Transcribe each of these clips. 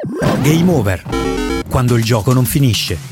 Game over. Quando il gioco non finisce.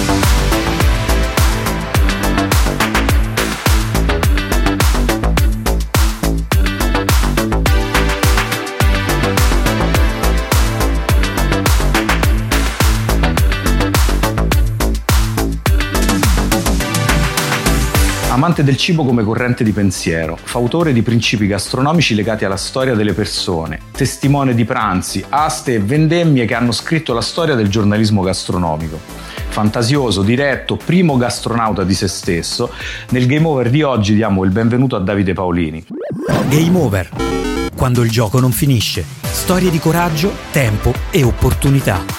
Amante del cibo come corrente di pensiero, fautore di principi gastronomici legati alla storia delle persone, testimone di pranzi, aste e vendemmie che hanno scritto la storia del giornalismo gastronomico. Fantasioso, diretto, primo gastronauta di se stesso, nel Game Over di oggi diamo il benvenuto a Davide Paolini. Game over. Quando il gioco non finisce. Storie di coraggio, tempo e opportunità.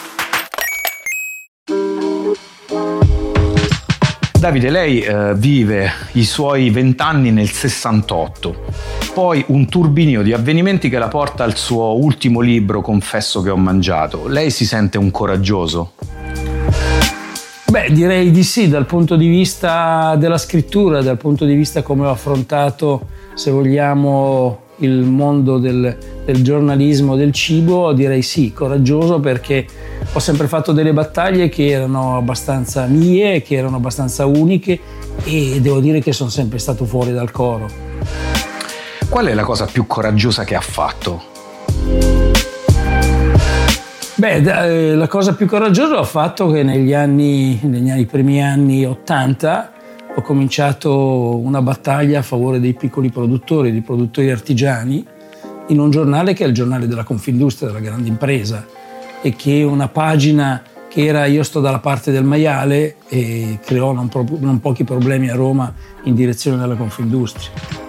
Davide, lei vive i suoi 20 anni nel 68, poi un turbinio di avvenimenti che la porta al suo ultimo libro, Confesso che ho mangiato. Lei si sente un coraggioso? Beh, direi di sì, dal punto di vista della scrittura, dal punto di vista come ho affrontato, se vogliamo, il mondo del giornalismo del cibo, direi sì, coraggioso, perché ho sempre fatto delle battaglie che erano abbastanza mie, che erano abbastanza uniche, e devo dire che sono sempre stato fuori dal coro. Qual è la cosa più coraggiosa che ha fatto? Beh, la cosa più coraggiosa ho fatto che negli primi anni 80 ho cominciato una battaglia a favore dei piccoli produttori, dei produttori artigiani, in un giornale che è il giornale della Confindustria, della grande impresa, e che una pagina che era Io sto dalla parte del maiale e creò non pochi problemi a Roma in direzione della Confindustria.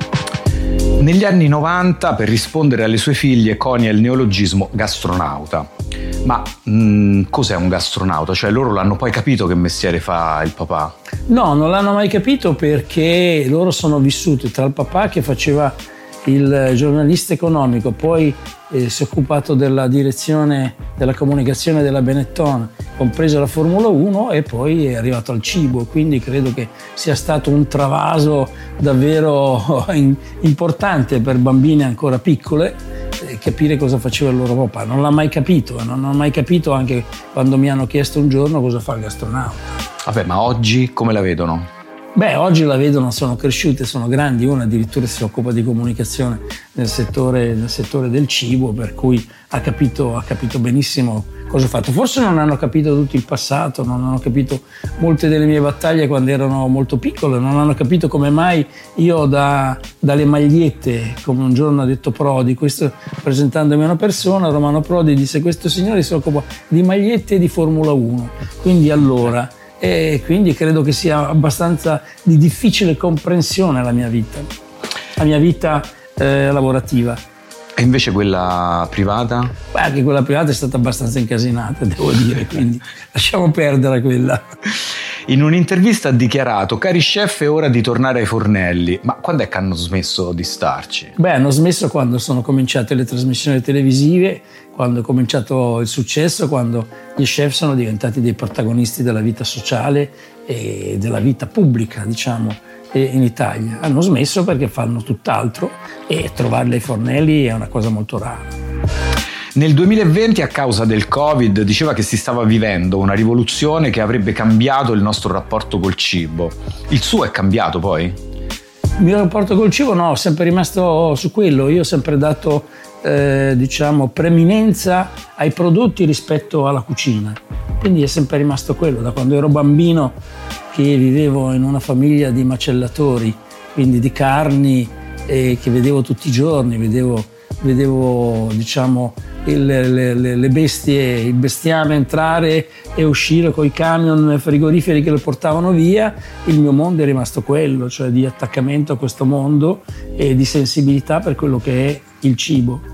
Negli anni 90, per rispondere alle sue figlie, conia il neologismo gastronauta. Ma cos'è un gastronauta? Cioè, loro l'hanno poi capito che mestiere fa il papà? No, non l'hanno mai capito, perché loro sono vissuti tra il papà che faceva il giornalista economico, poi si è occupato della direzione della comunicazione della Benetton, compresa la Formula 1, e poi è arrivato al cibo. Quindi credo che sia stato un travaso davvero importante per bambine ancora piccole, capire cosa faceva il loro papà. Non l'ha mai capito, non ho mai capito anche quando mi hanno chiesto un giorno cosa fa il gastronauta. Vabbè, ma oggi come la vedono? Beh, oggi la vedono, sono cresciute, sono grandi, una addirittura si occupa di comunicazione nel settore del cibo, per cui ha capito benissimo cosa ho fatto. Forse non hanno capito tutto il passato, non hanno capito molte delle mie battaglie quando erano molto piccole, non hanno capito come mai io dalle magliette, come un giorno ha detto Prodi, questo presentandomi a una persona, Romano Prodi disse: questo signore si occupa di magliette e di Formula 1, quindi allora... E quindi credo che sia abbastanza di difficile comprensione la mia vita lavorativa. E invece quella privata? Beh, anche quella privata è stata abbastanza incasinata, devo dire, quindi lasciamo perdere quella. In un'intervista ha dichiarato: cari chef, è ora di tornare ai fornelli. Ma quando è che hanno smesso di starci? Beh, hanno smesso quando sono cominciate le trasmissioni televisive, quando è cominciato il successo, quando gli chef sono diventati dei protagonisti della vita sociale e della vita pubblica, diciamo, in Italia. Hanno smesso perché fanno tutt'altro, e trovarli ai fornelli è una cosa molto rara. Nel 2020, a causa del Covid, diceva che si stava vivendo una rivoluzione che avrebbe cambiato il nostro rapporto col cibo. Il suo è cambiato poi? Il mio rapporto col cibo no, è sempre rimasto su quello. Io ho sempre dato preeminenza ai prodotti rispetto alla cucina. Quindi è sempre rimasto quello. Da quando ero bambino, che vivevo in una famiglia di macellatori, quindi di carni, che vedevo tutti i giorni, vedevo diciamo le bestie, il bestiame entrare e uscire coi camion frigoriferi che lo portavano via. Il mio mondo è rimasto quello, cioè di attaccamento a questo mondo e di sensibilità per quello che è il cibo.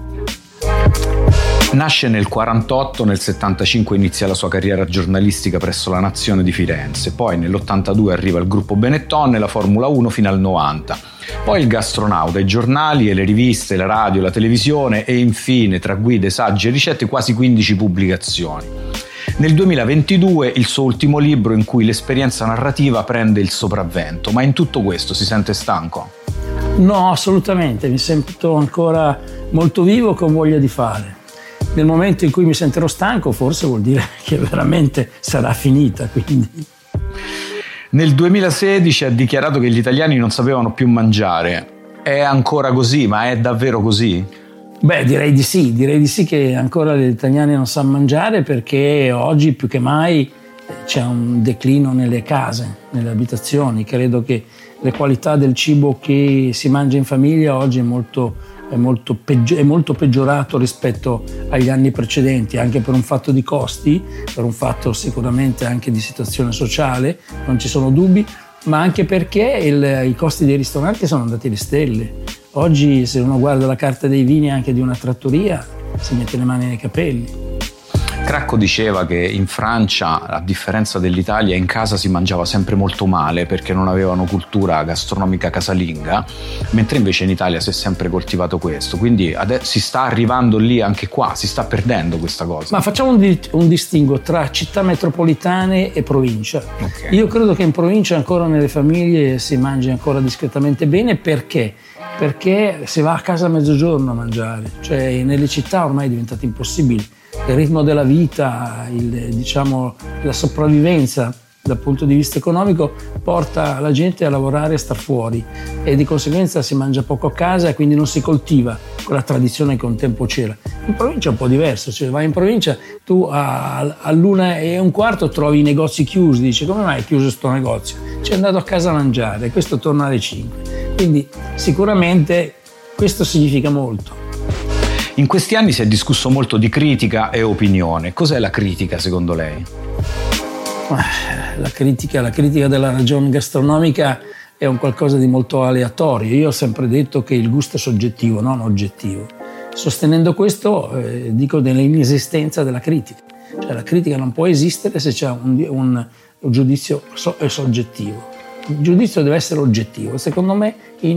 Nasce nel 48, nel 75 inizia la sua carriera giornalistica presso La Nazione di Firenze, poi nell'82 arriva il gruppo Benetton e la Formula 1 fino al 90. Poi il gastronauta, i giornali e le riviste, la radio, la televisione e infine, tra guide, saggi e ricette, quasi 15 pubblicazioni. Nel 2022 il suo ultimo libro in cui l'esperienza narrativa prende il sopravvento, ma in tutto questo si sente stanco? No, assolutamente, mi sento ancora molto vivo, con voglia di fare. nel momento in cui mi sentirò stanco forse vuol dire che veramente sarà finita, quindi. Nel 2016 ha dichiarato che gli italiani non sapevano più mangiare. È ancora così, ma è davvero così? Beh, direi di sì che ancora gli italiani non sanno mangiare, perché oggi più che mai c'è un declino nelle case, nelle abitazioni. Credo che la qualità del cibo che si mangia in famiglia oggi è molto peggiorato rispetto agli anni precedenti, anche per un fatto di costi, per un fatto sicuramente anche di situazione sociale, non ci sono dubbi, ma anche perché i costi dei ristoranti sono andati alle stelle. Oggi se uno guarda la carta dei vini anche di una trattoria si mette le mani nei capelli. Cracco diceva che in Francia, a differenza dell'Italia, in casa si mangiava sempre molto male perché non avevano cultura gastronomica casalinga, mentre invece in Italia si è sempre coltivato questo. Quindi si sta arrivando lì anche qua, si sta perdendo questa cosa. Ma facciamo un distinguo tra città metropolitane e provincia. Okay. Io credo che in provincia ancora nelle famiglie si mangi ancora discretamente bene. Perché? Perché si va a casa a mezzogiorno a mangiare, cioè nelle città ormai è diventato impossibile. Il ritmo della vita, la sopravvivenza dal punto di vista economico porta la gente a lavorare e a star fuori, e di conseguenza si mangia poco a casa e quindi non si coltiva quella tradizione che un tempo c'era. In provincia è un po' diverso, cioè vai in provincia, tu all'1:15 trovi i negozi chiusi, dici come mai è chiuso sto negozio? C'è andato a casa a mangiare, questo torna alle 5. Quindi sicuramente questo significa molto. In questi anni si è discusso molto di critica e opinione. Cos'è la critica secondo lei? La critica della ragione gastronomica è un qualcosa di molto aleatorio. Io ho sempre detto che il gusto è soggettivo, non oggettivo. Sostenendo questo dico dell'inesistenza della critica. Cioè la critica non può esistere se c'è un giudizio soggettivo. Il giudizio deve essere oggettivo. Secondo me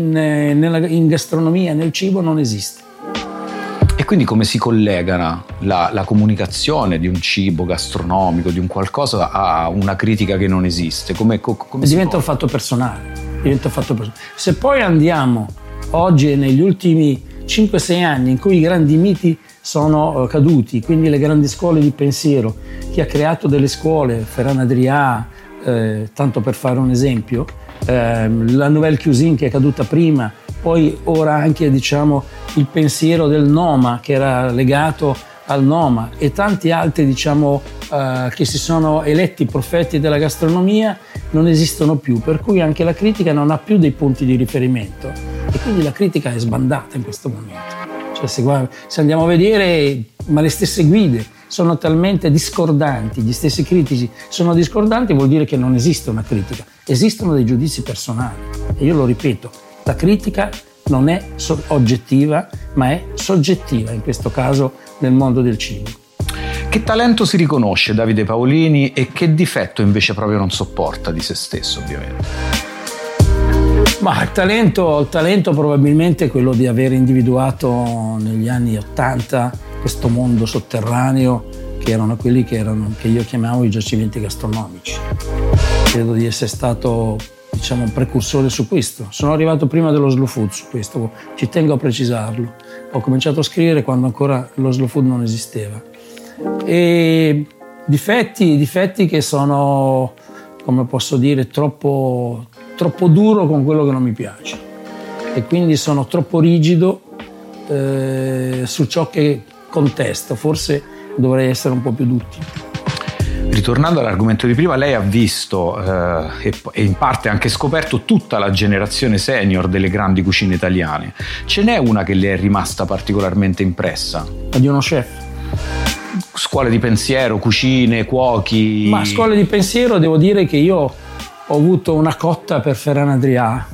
in gastronomia, nel cibo non esiste. E quindi come si collega la comunicazione di un cibo gastronomico, di un qualcosa, a una critica che non esiste? Come diventa un fatto personale. Se poi andiamo oggi e negli ultimi 5-6 anni in cui i grandi miti sono caduti, quindi le grandi scuole di pensiero, chi ha creato delle scuole, Ferran Adrià, tanto per fare un esempio, la Nouvelle Cuisine che è caduta prima, poi ora anche il pensiero del Noma che era legato al Noma, e tanti altri che si sono eletti profeti della gastronomia non esistono più, per cui anche la critica non ha più dei punti di riferimento e quindi la critica è sbandata in questo momento. Cioè se andiamo a vedere, ma le stesse guide sono talmente discordanti, gli stessi critici sono discordanti, vuol dire che non esiste una critica, esistono dei giudizi personali. E io lo ripeto, la critica non è oggettiva, ma è soggettiva, in questo caso nel mondo del cibo. Che talento si riconosce Davide Paolini e che difetto invece proprio non sopporta di se stesso, ovviamente? Ma il talento probabilmente è quello di aver individuato negli anni '80 questo mondo sotterraneo che erano quelli che io chiamavo i giacimenti gastronomici. Credo di essere stato un precursore su questo. Sono arrivato prima dello slow food su questo, ci tengo a precisarlo. Ho cominciato a scrivere quando ancora lo slow food non esisteva. E difetti che sono, come posso dire, troppo duro con quello che non mi piace, e quindi sono troppo rigido su ciò che contesto. Forse dovrei essere un po' più duttile. Ritornando all'argomento di prima, lei ha visto e in parte anche scoperto tutta la generazione senior delle grandi cucine italiane. Ce n'è una che le è rimasta particolarmente impressa? La di uno chef. Scuole di pensiero, cucine, cuochi? Ma scuole di pensiero, devo dire che io ho avuto una cotta per Ferran Adrià.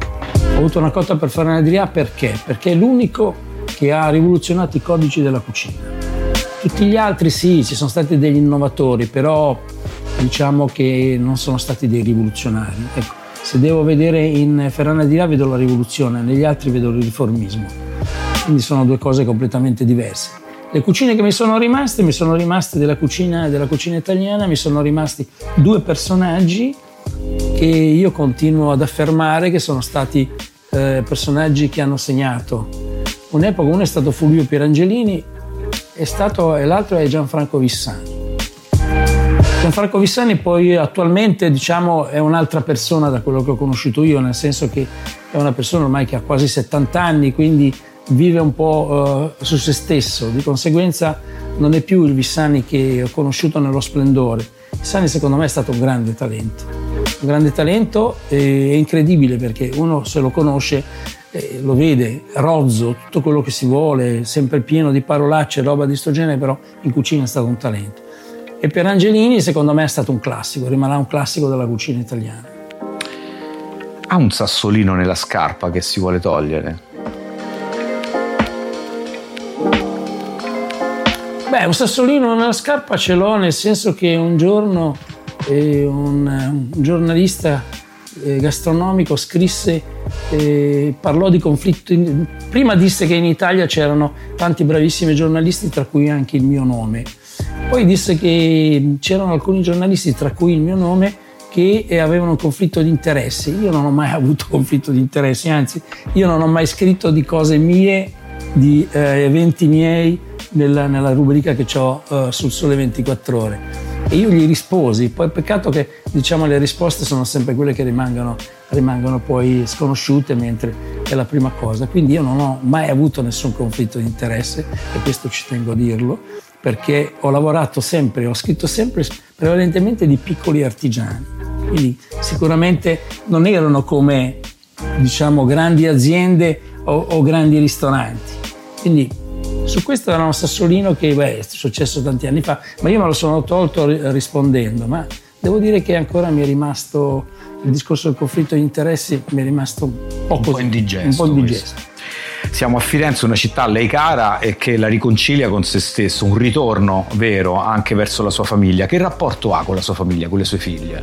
Perché? Perché è l'unico che ha rivoluzionato i codici della cucina. Tutti gli altri sì, ci sono stati degli innovatori, però che non sono stati dei rivoluzionari. Ecco, se devo vedere in Ferran Adrià vedo la rivoluzione, negli altri vedo il riformismo. Quindi sono due cose completamente diverse. Le cucine che mi sono rimaste della cucina italiana, mi sono rimasti due personaggi che io continuo ad affermare che sono stati personaggi che hanno segnato un'epoca. Uno è stato Fulvio Pierangelini e l'altro è Gianfranco Vissani. Gianfranco Vissani poi attualmente, diciamo, è un'altra persona da quello che ho conosciuto io, nel senso che è una persona ormai che ha quasi 70 anni, quindi vive un po' su se stesso, di conseguenza non è più il Vissani che ho conosciuto nello splendore. Vissani secondo me è stato un grande talento e incredibile, perché uno se lo conosce lo vede rozzo, tutto quello che si vuole, sempre pieno di parolacce, roba di sto genere, però in cucina è stato un talento. E per Angelini secondo me è stato un classico, rimarrà un classico della cucina italiana. Ha un sassolino nella scarpa che si vuole togliere? Beh, un sassolino nella scarpa ce l'ho, nel senso che un giorno un giornalista gastronomico scrisse, parlò di conflitto, prima disse che in Italia c'erano tanti bravissimi giornalisti, tra cui anche il mio nome. Poi disse che c'erano alcuni giornalisti, tra cui il mio nome, che avevano un conflitto di interessi. Io non ho mai avuto conflitto di interessi, anzi, io non ho mai scritto di cose mie, di eventi miei nella rubrica che ho sul Sole 24 Ore. E io gli risposi, poi peccato che, diciamo, le risposte sono sempre quelle che rimangono poi sconosciute, mentre è la prima cosa. Quindi io non ho mai avuto nessun conflitto di interesse, e questo ci tengo a dirlo, perché ho lavorato sempre, ho scritto sempre prevalentemente di piccoli artigiani, quindi sicuramente non erano come, diciamo, grandi aziende o grandi ristoranti. Quindi su questo era un sassolino che è successo tanti anni fa, ma io me lo sono tolto rispondendo, ma devo dire che ancora mi è rimasto, il discorso del conflitto di interessi mi è rimasto un po' indigesto. Siamo a Firenze, una città a lei cara e che la riconcilia con se stesso, un ritorno vero anche verso la sua famiglia. Che rapporto ha con la sua famiglia, con le sue figlie?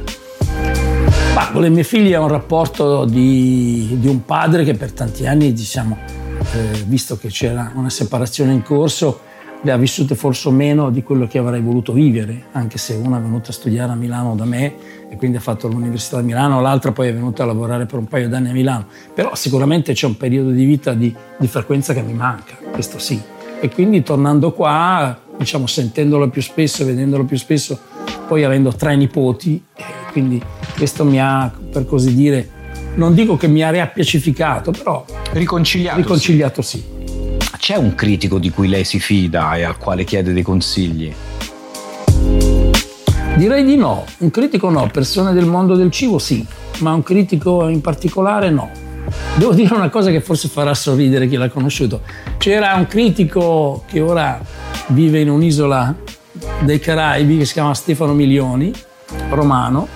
Ma con le mie figlie è un rapporto di un padre che per tanti anni, diciamo, visto che c'era una separazione in corso, le ha vissute forse meno di quello che avrei voluto vivere, anche se una è venuta a studiare a Milano da me e quindi ha fatto l'Università di Milano, l'altra poi è venuta a lavorare per un paio d'anni a Milano. Però sicuramente c'è un periodo di vita di frequenza che mi manca, questo sì. E quindi tornando qua, diciamo, sentendolo più spesso, vedendolo più spesso, poi avendo 3 nipoti, quindi questo mi ha, per così dire, non dico che mi ha riappacificato, però riconciliato sì. C'è un critico di cui lei si fida e al quale chiede dei consigli? Direi di no, un critico no, persone del mondo del cibo sì, ma un critico in particolare no. Devo dire una cosa che forse farà sorridere chi l'ha conosciuto. C'era un critico che ora vive in un'isola dei Caraibi che si chiama Stefano Milioni, romano,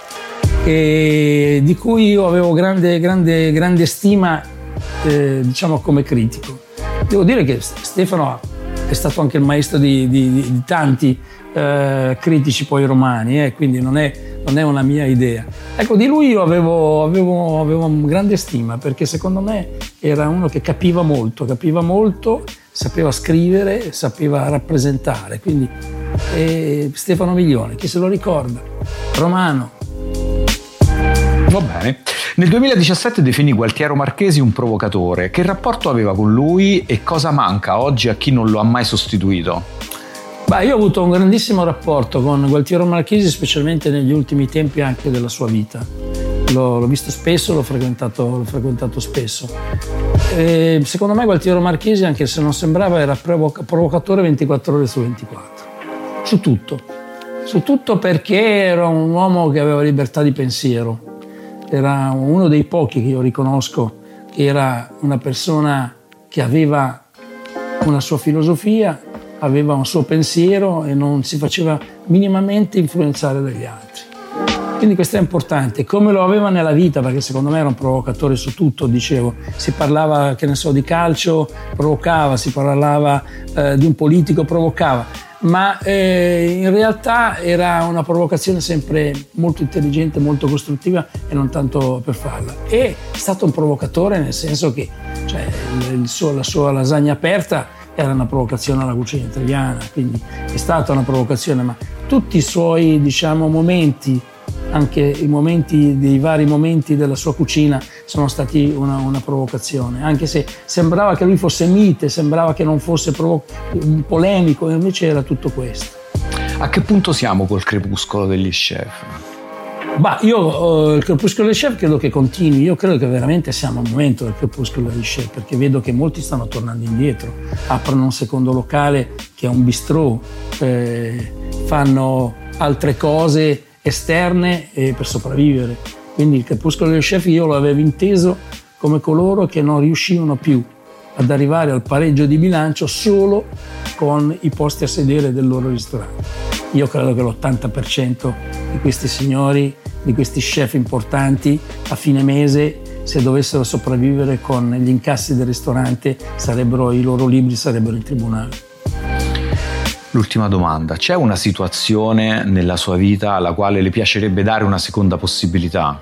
e di cui io avevo grande stima, diciamo, come critico. Devo dire che Stefano è stato anche il maestro di tanti critici poi romani, quindi non è una mia idea. Ecco, di lui io avevo grande stima, perché secondo me era uno che capiva molto, sapeva scrivere, sapeva rappresentare, quindi Stefano Milioni, chi se lo ricorda, romano. Va bene. Nel 2017 definì Gualtiero Marchesi un provocatore. Che rapporto aveva con lui e cosa manca oggi a chi non lo ha mai sostituito? Io ho avuto un grandissimo rapporto con Gualtiero Marchesi, specialmente negli ultimi tempi anche della sua vita. L'ho visto spesso, l'ho frequentato spesso. Secondo me Gualtiero Marchesi, anche se non sembrava, era provocatore 24 ore su 24. Su tutto, perché era un uomo che aveva libertà di pensiero. Era uno dei pochi che io riconosco che era una persona che aveva una sua filosofia, aveva un suo pensiero e non si faceva minimamente influenzare dagli altri. Quindi questo è importante, come lo aveva nella vita, perché secondo me era un provocatore su tutto, dicevo. Si parlava, che ne so, di calcio, provocava, si parlava di un politico, provocava. Ma in realtà era una provocazione sempre molto intelligente, molto costruttiva e non tanto per farla. È stato un provocatore nel senso che la sua lasagna aperta era una provocazione alla cucina italiana, quindi è stata una provocazione, ma tutti i suoi, diciamo, momenti, anche i vari momenti della sua cucina, sono stati una provocazione, anche se sembrava che lui fosse mite, sembrava che non fosse polemico, invece era tutto questo. A che punto siamo col crepuscolo degli chef? Io il crepuscolo degli chef credo che continui, io credo che veramente siamo al momento del crepuscolo degli chef, perché vedo che molti stanno tornando indietro, aprono un secondo locale che è un bistrò, fanno altre cose esterne per sopravvivere. Quindi il crepuscolo degli chef io lo avevo inteso come coloro che non riuscivano più ad arrivare al pareggio di bilancio solo con i posti a sedere del loro ristorante. Io credo che l'80% di questi signori, di questi chef importanti, a fine mese, se dovessero sopravvivere con gli incassi del ristorante, i loro libri sarebbero in tribunale. L'ultima domanda: c'è una situazione nella sua vita alla quale le piacerebbe dare una seconda possibilità?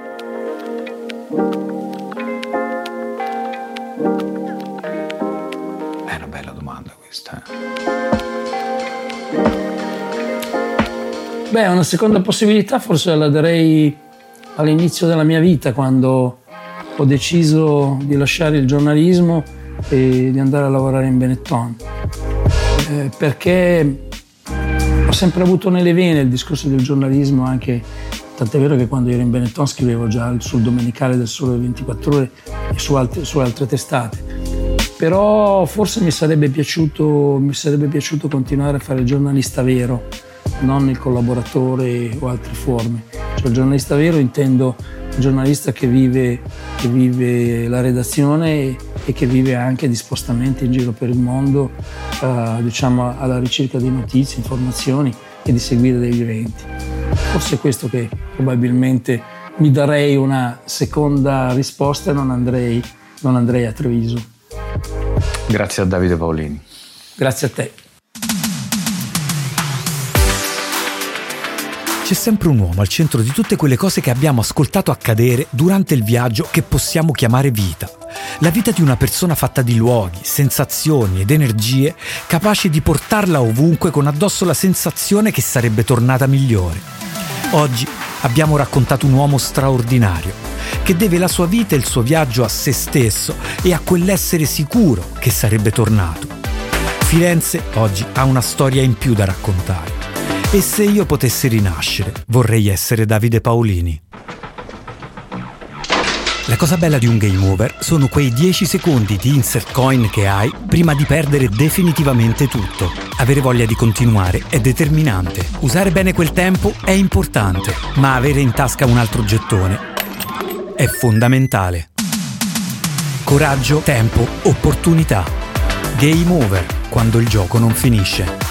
È una bella domanda questa. Una seconda possibilità forse la darei all'inizio della mia vita, quando ho deciso di lasciare il giornalismo e di andare a lavorare in Benetton, perché ho sempre avuto nelle vene il discorso del giornalismo, anche tant'è vero che quando ero in Benetton scrivevo già sul Domenicale del Sole 24 Ore e su altre testate. Però forse mi sarebbe piaciuto continuare a fare il giornalista vero, non il collaboratore o altre forme. Cioè, il giornalista vero intendo il giornalista che vive la redazione e che vive anche di spostamenti in giro per il mondo, alla ricerca di notizie, informazioni e di seguire degli eventi. Forse è questo che probabilmente mi darei una seconda risposta e non andrei a Treviso. Grazie a Davide Paolini. Grazie a te. C'è sempre un uomo al centro di tutte quelle cose che abbiamo ascoltato accadere durante il viaggio che possiamo chiamare vita. La vita di una persona fatta di luoghi, sensazioni ed energie capaci di portarla ovunque con addosso la sensazione che sarebbe tornata migliore. Oggi abbiamo raccontato un uomo straordinario che deve la sua vita e il suo viaggio a se stesso e a quell'essere sicuro che sarebbe tornato. Firenze oggi ha una storia in più da raccontare. E se io potessi rinascere, vorrei essere Davide Paolini. La cosa bella di un game over sono quei 10 secondi di insert coin che hai prima di perdere definitivamente tutto. Avere voglia di continuare è determinante. Usare bene quel tempo è importante, ma avere in tasca un altro gettone è fondamentale. Coraggio, tempo, opportunità. Game over, quando il gioco non finisce.